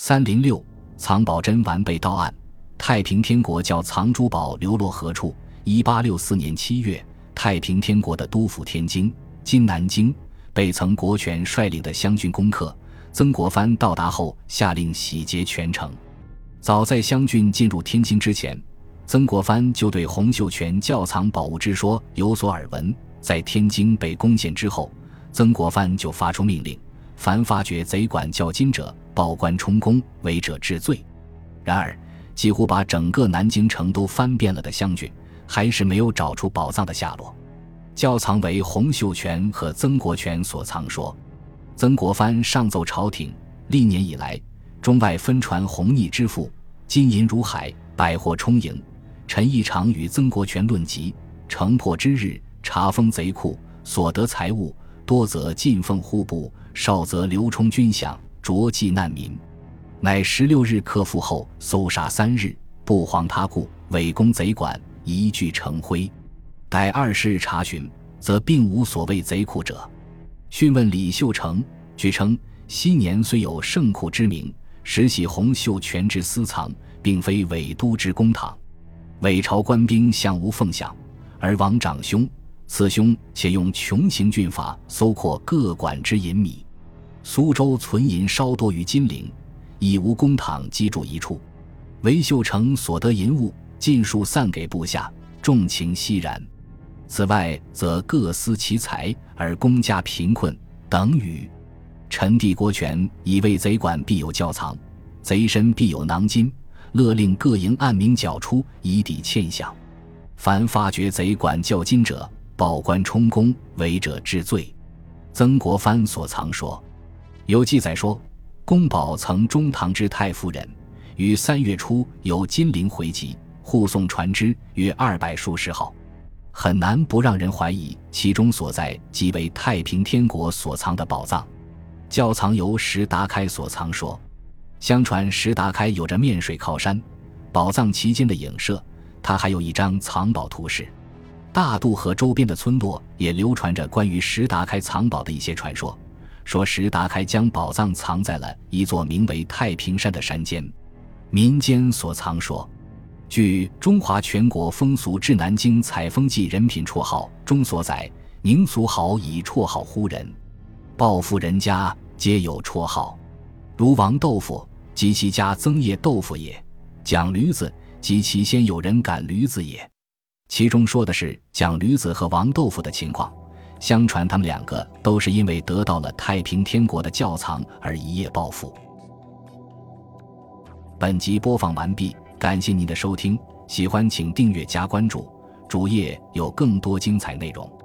306藏宝珍玩被盗案，太平天国教藏珠宝流落何处？1864年7月，太平天国的都府天津、今南京被曾国荃率领的湘军攻克，曾国藩到达后下令洗劫全城。早在湘军进入天津之前，曾国藩就对洪秀全窖藏宝物之说有所耳闻。在天津被攻陷之后，曾国藩就发出命令，凡发掘贼管较金者，报官充公，违者治罪。然而几乎把整个南京城都翻遍了的湘军，还是没有找出宝藏的下落。窖藏为洪秀全和曾国荃所藏说。曾国藩上奏朝廷，历年以来，中外分传红逆之富，金银如海，百货充盈。臣亦常与曾国荃论及，城破之日，查封贼库，所得财物多则进奉户部，少则流充军饷，着济难民。乃16日克复后，搜杀3日，不遑他顾，伪攻贼管，一炬成灰。待20日查询，则并无所谓贼库者。讯问李秀成，据称昔年虽有圣库之名，实系洪秀全之私藏，并非伪都之公堂。伪朝官兵向无奉享，而王长兄此兄且用穷刑峻法搜括各管之银米。苏州存银稍多于金陵，已无公堂积住一处。韦秀成所得银物尽数散给部下，重情熙然。此外则各司其财，而公家贫困等语。臣弟国权以为贼管必有窖藏，贼身必有囊金，勒令各营按名缴出，以抵欠饷。凡发掘贼管较金者，报官充公，违者治罪。曾国藩所藏说。有记载说，宫保曾中堂之太夫人，于3月初由金陵回籍，护送船只约200数十号，很难不让人怀疑其中所在即为太平天国所藏的宝藏。窖藏由石达开所藏说。相传石达开有着面水靠山，宝藏其间的影射，他还有一张藏宝图示。大渡河周边的村落也流传着关于石达开藏宝的一些传说，说石达开将宝藏藏在了一座名为太平山的山间。民间所藏说，据《中华全国风俗志南京采风记人品绰号》中所载，宁俗豪以绰号呼人，报复人家皆有绰号，如王豆腐及其家曾叶豆腐也，蒋驴子及其先有人赶驴子也。其中说的是蒋驴子和王豆腐的情况，相传他们两个都是因为得到了太平天国的窖藏而一夜暴富。本集播放完毕，感谢您的收听，喜欢请订阅加关注，主页有更多精彩内容。